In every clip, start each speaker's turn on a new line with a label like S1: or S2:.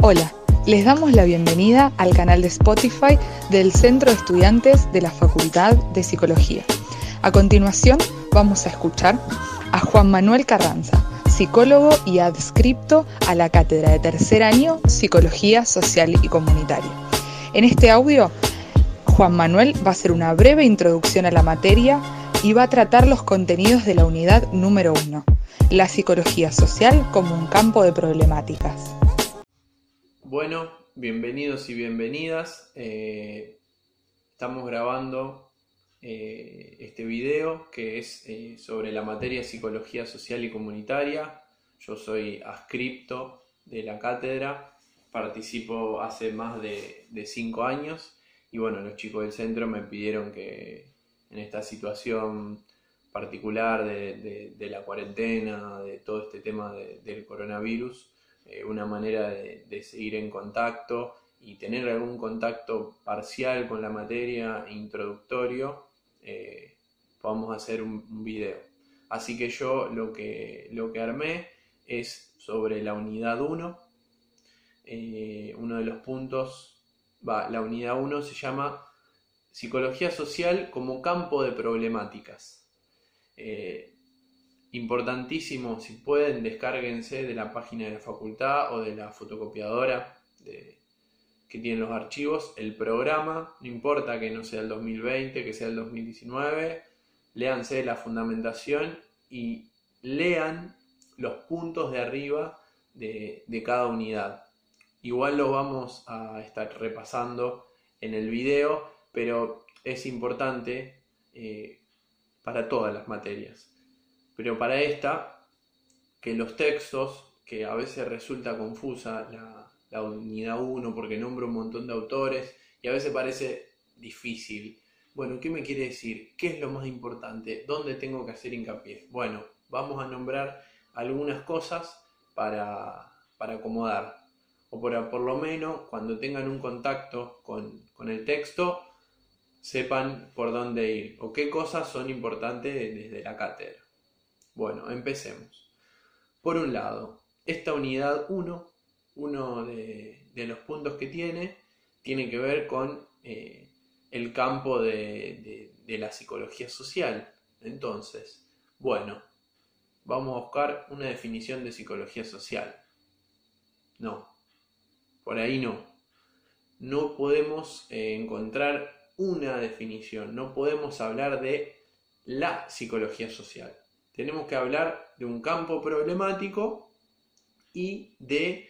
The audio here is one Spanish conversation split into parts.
S1: Hola, les damos la bienvenida al canal de Spotify del Centro de Estudiantes de la Facultad de Psicología. A continuación vamos a escuchar a Juan Manuel Carranza, psicólogo y adscripto a la Cátedra de Tercer Año Psicología Social y Comunitaria. En este audio, Juan Manuel va a hacer una breve introducción a la materia y va a tratar los contenidos de la unidad número 1, la psicología social como un campo de problemáticas.
S2: Bueno, bienvenidos y bienvenidas. Estamos grabando este video que es sobre la materia Psicología Social y Comunitaria. Yo soy adscripto de la cátedra, participo hace más de 5 años y bueno, los chicos del centro me pidieron que en esta situación particular de la cuarentena, de todo este tema del coronavirus, una manera de seguir en contacto y tener algún contacto parcial con la materia introductorio, vamos a hacer un video. Así que yo lo que armé es sobre la unidad 1. Uno de los puntos, la unidad 1 se llama Psicología Social como campo de problemáticas. Importantísimo, si pueden, descárguense de la página de la facultad o de la fotocopiadora que tienen los archivos, el programa, no importa que no sea el 2020, que sea el 2019, léanse la fundamentación y lean los puntos de arriba de cada unidad. Igual lo vamos a estar repasando en el video, pero es importante para todas las materias. Pero para esta, que los textos, que a veces resulta confusa la unidad 1 porque nombra un montón de autores y a veces parece difícil. Bueno, ¿qué me quiere decir? ¿Qué es lo más importante? ¿Dónde tengo que hacer hincapié? Bueno, vamos a nombrar algunas cosas para acomodar. O por lo menos, cuando tengan un contacto con el texto, sepan por dónde ir o qué cosas son importantes desde la cátedra. Bueno, empecemos. Por un lado, esta unidad 1, uno de los puntos que tiene que ver con el campo de la psicología social. Entonces, bueno, vamos a buscar una definición de psicología social. No, por ahí no. No podemos encontrar una definición, no podemos hablar de la psicología social. Tenemos que hablar de un campo problemático y de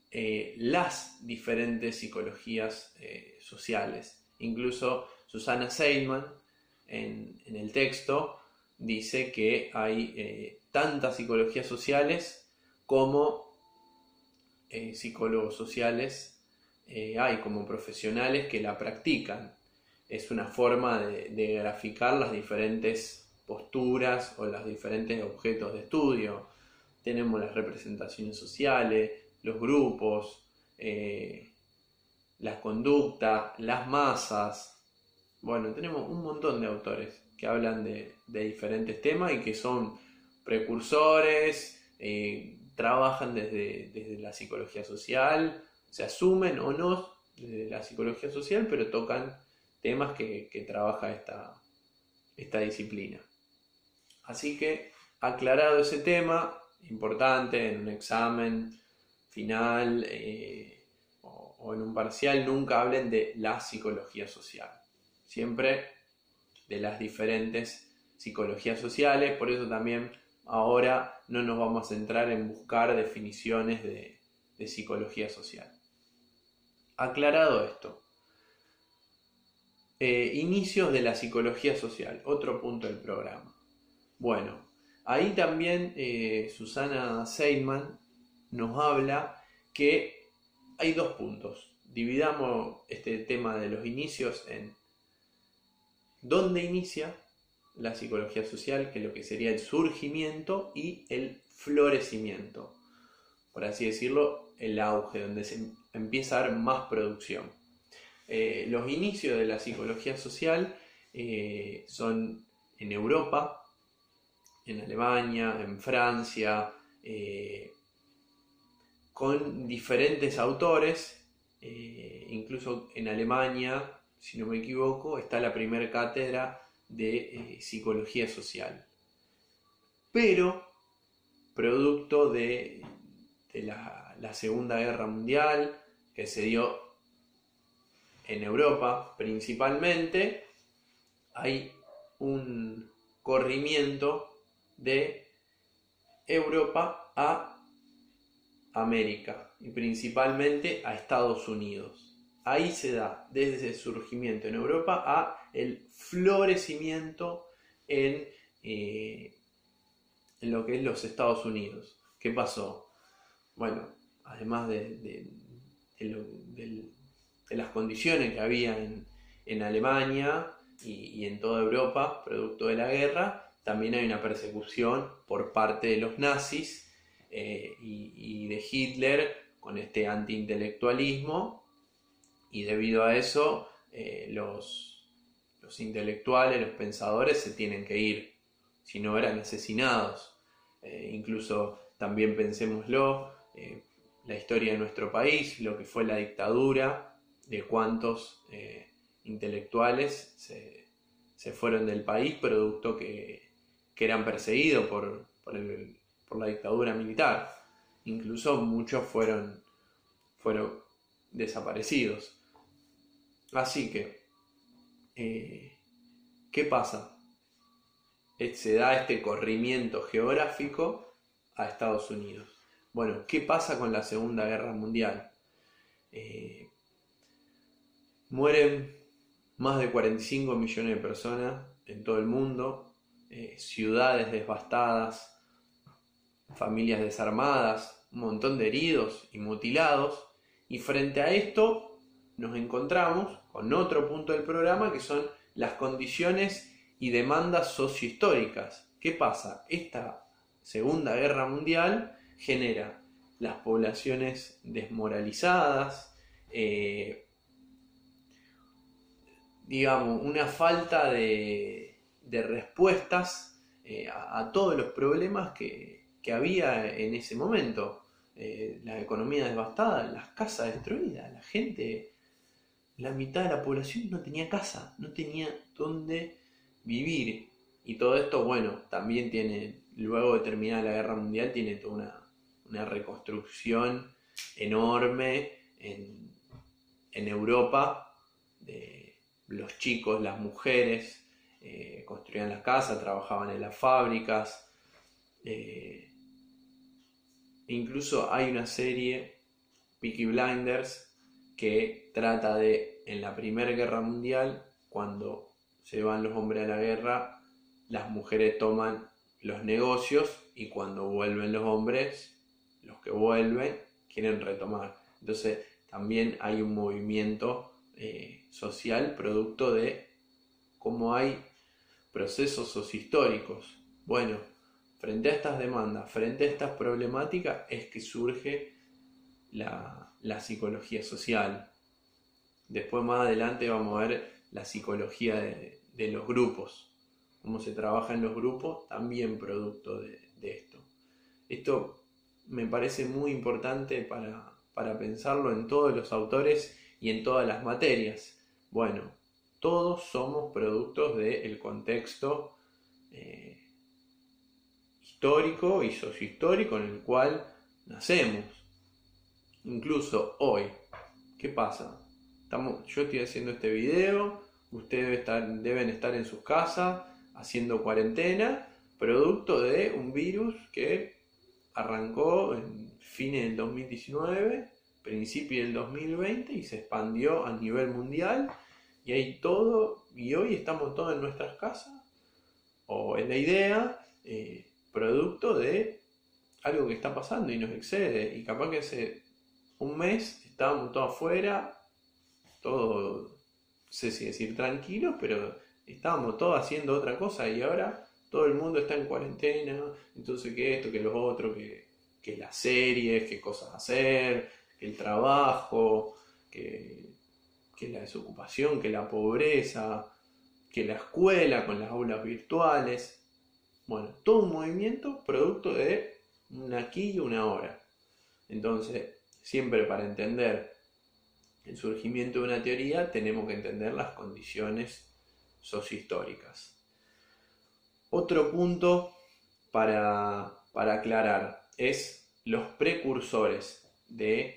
S2: las diferentes psicologías sociales. Incluso Susanna Seidman en el texto dice que hay tantas psicologías sociales como psicólogos sociales hay, como profesionales que la practican. Es una forma de graficar las diferentes posturas o los diferentes objetos de estudio. Tenemos las representaciones sociales, los grupos, las conductas, las masas. Bueno, tenemos un montón de autores que hablan de diferentes temas y que son precursores, trabajan desde la psicología social, se asumen o no desde la psicología social, pero tocan temas que trabaja esta disciplina. Así que, aclarado ese tema, importante en un examen final o en un parcial, nunca hablen de la psicología social. Siempre de las diferentes psicologías sociales, por eso también ahora no nos vamos a centrar en buscar definiciones de psicología social. Aclarado esto, inicios de la psicología social, otro punto del programa. Bueno, ahí también Susanna Seidman nos habla que hay 2 puntos. Dividamos este tema de los inicios en dónde inicia la psicología social, que es lo que sería el surgimiento, y el florecimiento, por así decirlo, el auge, donde se empieza a dar más producción. Los inicios de la psicología social son en Europa, en Alemania, en Francia, con diferentes autores, incluso en Alemania, si no me equivoco, está la primera cátedra de psicología social. Pero, producto de la Segunda Guerra Mundial, que se dio en Europa principalmente, hay un corrimiento de Europa a América y principalmente a Estados Unidos. Ahí se da desde el surgimiento en Europa a el florecimiento en lo que es los Estados Unidos. ¿Qué pasó? Bueno, además de las condiciones que había en Alemania y en toda Europa, producto de la guerra, también hay una persecución por parte de los nazis y de Hitler con este antiintelectualismo, y debido a eso los intelectuales, los pensadores se tienen que ir, si no eran asesinados. Incluso también pensémoslo, la historia de nuestro país, lo que fue la dictadura, de cuántos intelectuales se fueron del país producto que eran perseguidos por la dictadura militar. Incluso muchos fueron desaparecidos. Así que, ¿qué pasa? Se da este corrimiento geográfico a Estados Unidos. Bueno, ¿qué pasa con la Segunda Guerra Mundial? Mueren más de 45 millones de personas en todo el mundo, ciudades devastadas, familias desarmadas, un montón de heridos y mutilados, y frente a esto nos encontramos con otro punto del programa, que son las condiciones y demandas sociohistóricas. ¿Qué pasa? Esta Segunda Guerra Mundial genera las poblaciones desmoralizadas, una falta de respuestas a todos los problemas que había en ese momento. La economía devastada, las casas destruidas, la gente, la mitad de la población no tenía casa, no tenía dónde vivir. Y todo esto, bueno, también tiene, luego de terminar la Guerra Mundial, tiene toda una reconstrucción enorme en Europa, de los chicos, las mujeres, construían las casas, trabajaban en las fábricas. Incluso hay una serie, Peaky Blinders, que trata de, en la Primera Guerra Mundial, cuando se van los hombres a la guerra, las mujeres toman los negocios, y cuando vuelven los hombres, los que vuelven quieren retomar. Entonces también hay un movimiento social producto de cómo hay procesos sociohistóricos. Bueno, frente a estas demandas, frente a estas problemáticas, es que surge la psicología social. Después, más adelante, vamos a ver la psicología de los grupos, cómo se trabaja en los grupos, también producto de esto. Esto me parece muy importante para pensarlo en todos los autores y en todas las materias. Bueno, todos somos productos del contexto histórico y sociohistórico en el cual nacemos. Incluso hoy, ¿qué pasa? Yo estoy haciendo este video, ustedes deben estar en sus casas haciendo cuarentena, producto de un virus que arrancó en fines del 2019, principio del 2020, y se expandió a nivel mundial, y hoy estamos todos en nuestras casas, o en la idea, producto de algo que está pasando y nos excede, y capaz que hace un mes estábamos todos afuera, todo, no sé si decir tranquilos, pero estábamos todos haciendo otra cosa, y ahora todo el mundo está en cuarentena. Entonces, que esto, que lo otro, que las series, que cosas hacer, que el trabajo, que la desocupación, que la pobreza, que la escuela con las aulas virtuales. Bueno, todo un movimiento producto de un aquí y una ahora. Entonces, siempre para entender el surgimiento de una teoría tenemos que entender las condiciones sociohistóricas. Otro punto para aclarar es los precursores de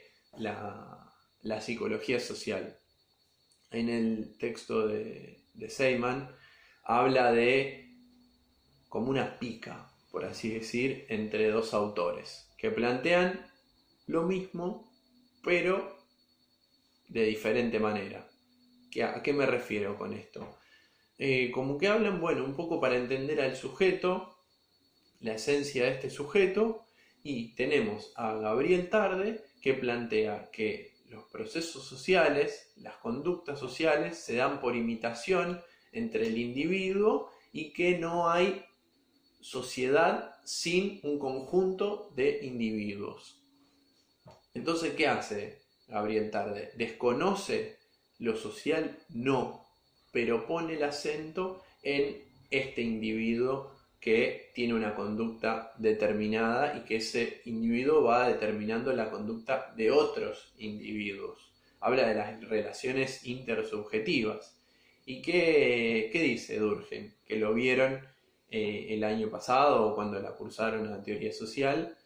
S2: la psicología social. En el texto de Seidman habla de como una pica, por así decir, entre dos autores que plantean lo mismo, pero de diferente manera. ¿A qué me refiero con esto? Como que hablan, bueno, un poco para entender al sujeto, la esencia de este sujeto, y tenemos a Gabriel Tarde que plantea que los procesos sociales, las conductas sociales se dan por imitación entre el individuo y que no hay sociedad sin un conjunto de individuos. Entonces, ¿qué hace Gabriel Tarde? ¿Desconoce lo social? No, pero pone el acento en este individuo que tiene una conducta determinada y que ese individuo va determinando la conducta de otros individuos. Habla de las relaciones intersubjetivas. ¿Y qué dice Durkheim? Que lo vieron el año pasado o cuando la cursaron a teoría social.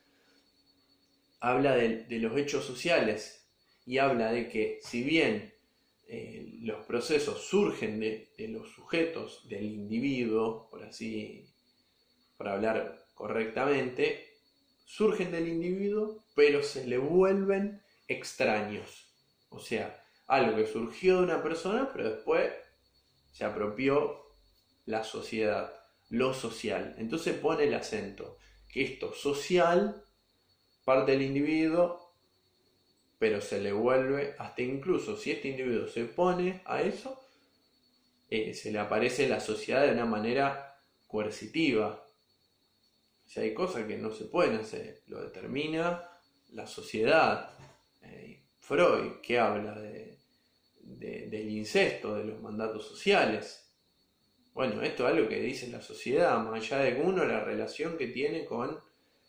S2: Habla de los hechos sociales y habla de que si bien los procesos surgen de los sujetos, del individuo, por hablar correctamente, surgen del individuo, pero se le vuelven extraños. O sea, algo que surgió de una persona, pero después se apropió la sociedad, lo social. Entonces pone el acento que esto social parte del individuo, pero se le vuelve, hasta incluso si este individuo se opone a eso, se le aparece la sociedad de una manera coercitiva. O sea, hay cosas que no se pueden hacer, lo determina la sociedad. Freud, que habla del incesto, de los mandatos sociales. Bueno, esto es algo que dice la sociedad, más allá de uno, la relación que tiene con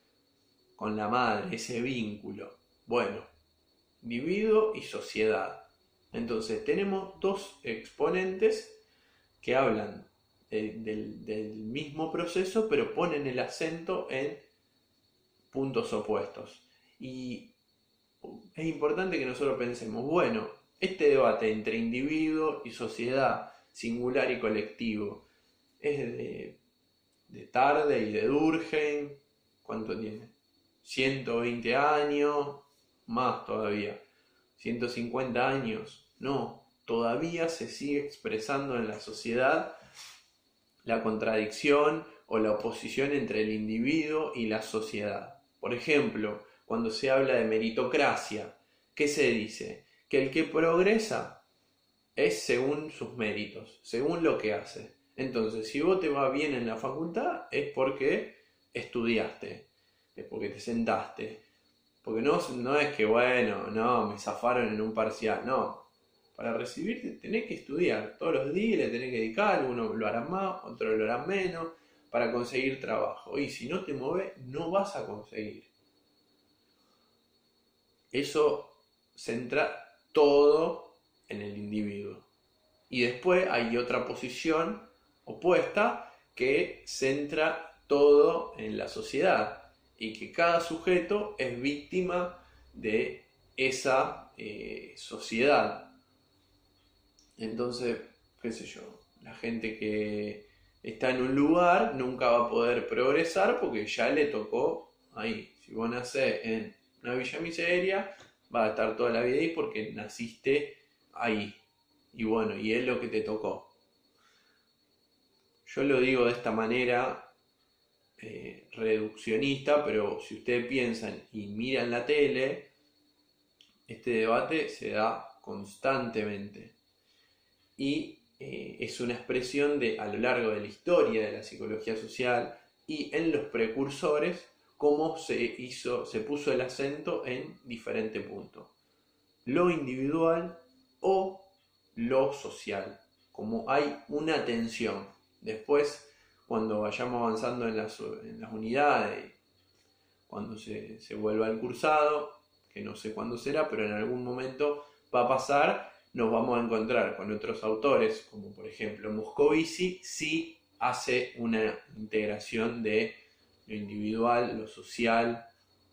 S2: la madre, ese vínculo. Bueno, individuo y sociedad. Entonces tenemos dos exponentes que hablan del mismo proceso, pero ponen el acento en puntos opuestos. Y es importante que nosotros pensemos, bueno, este debate entre individuo y sociedad, singular y colectivo, es de Tarde y de Durkheim. ¿Cuánto tiene? 120 años, más todavía, 150 años. No, todavía se sigue expresando en la sociedad la contradicción o la oposición entre el individuo y la sociedad. Por ejemplo, cuando se habla de meritocracia, ¿qué se dice? Que el que progresa es según sus méritos, según lo que hace. Entonces, si vos te va bien en la facultad, es porque estudiaste, es porque te sentaste. Porque no es que, bueno, no, me zafaron en un parcial. No, para recibirte tenés que estudiar todos los días, le tenés que dedicar, uno lo hará más, otro lo hará menos, para conseguir trabajo. Y si no te mueves, no vas a conseguir. Eso centra todo en el individuo. Y después hay otra posición opuesta que centra todo en la sociedad y que cada sujeto es víctima de esa sociedad. Entonces, qué sé yo, la gente que está en un lugar nunca va a poder progresar porque ya le tocó ahí. Si vos nacés en una villa miseria, vas a estar toda la vida ahí porque naciste ahí. Y bueno, y es lo que te tocó. Yo lo digo de esta manera reduccionista, pero si ustedes piensan y miran la tele, este debate se da constantemente. Y es una expresión a lo largo de la historia de la psicología social y en los precursores, cómo se puso el acento en diferentes puntos. Lo individual o lo social, como hay una tensión. Después, cuando vayamos avanzando en las unidades, cuando se vuelva al cursado, que no sé cuándo será, pero en algún momento va a pasar. Nos vamos a encontrar con otros autores, como por ejemplo Moscovici, si hace una integración de lo individual, lo social,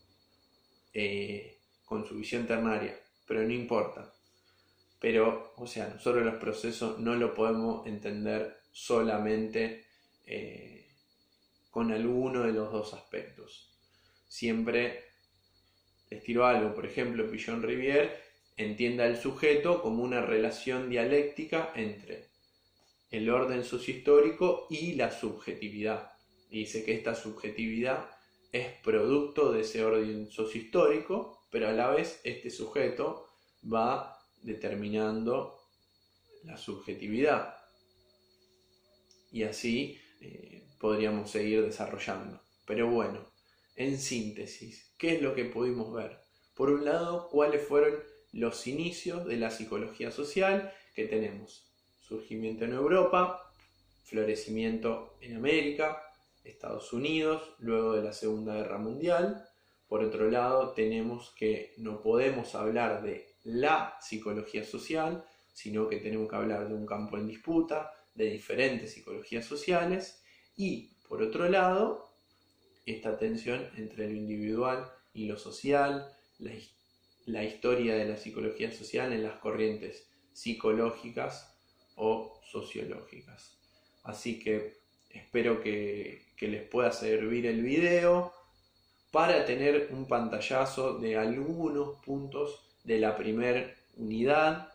S2: con su visión ternaria, pero no importa. Pero, o sea, nosotros los procesos no lo podemos entender solamente con alguno de los dos aspectos. Siempre les tiro algo, por ejemplo, Pillon-Rivière entiende al sujeto como una relación dialéctica entre el orden sociohistórico y la subjetividad. Y dice que esta subjetividad es producto de ese orden sociohistórico, pero a la vez este sujeto va determinando la subjetividad. Y así podríamos seguir desarrollando. Pero bueno, en síntesis, ¿qué es lo que pudimos ver? Por un lado, ¿cuáles fueron los inicios de la psicología social que tenemos? Surgimiento en Europa, florecimiento en América, Estados Unidos, luego de la Segunda Guerra Mundial. Por otro lado, tenemos que no podemos hablar de la psicología social, sino que tenemos que hablar de un campo en disputa, de diferentes psicologías sociales. Y por otro lado, esta tensión entre lo individual y lo social, la historia de la psicología social en las corrientes psicológicas o sociológicas. Así que espero que les pueda servir el video para tener un pantallazo de algunos puntos de la primera unidad.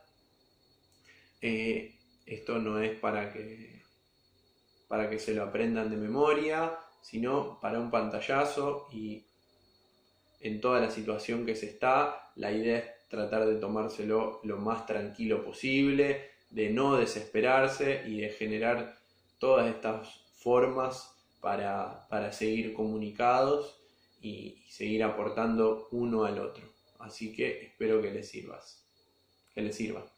S2: Esto no es para que se lo aprendan de memoria, sino para un pantallazo, y en toda la situación que se está, la idea es tratar de tomárselo lo más tranquilo posible, de no desesperarse y de generar todas estas formas para seguir comunicados y seguir aportando uno al otro. Así que espero que les sirva.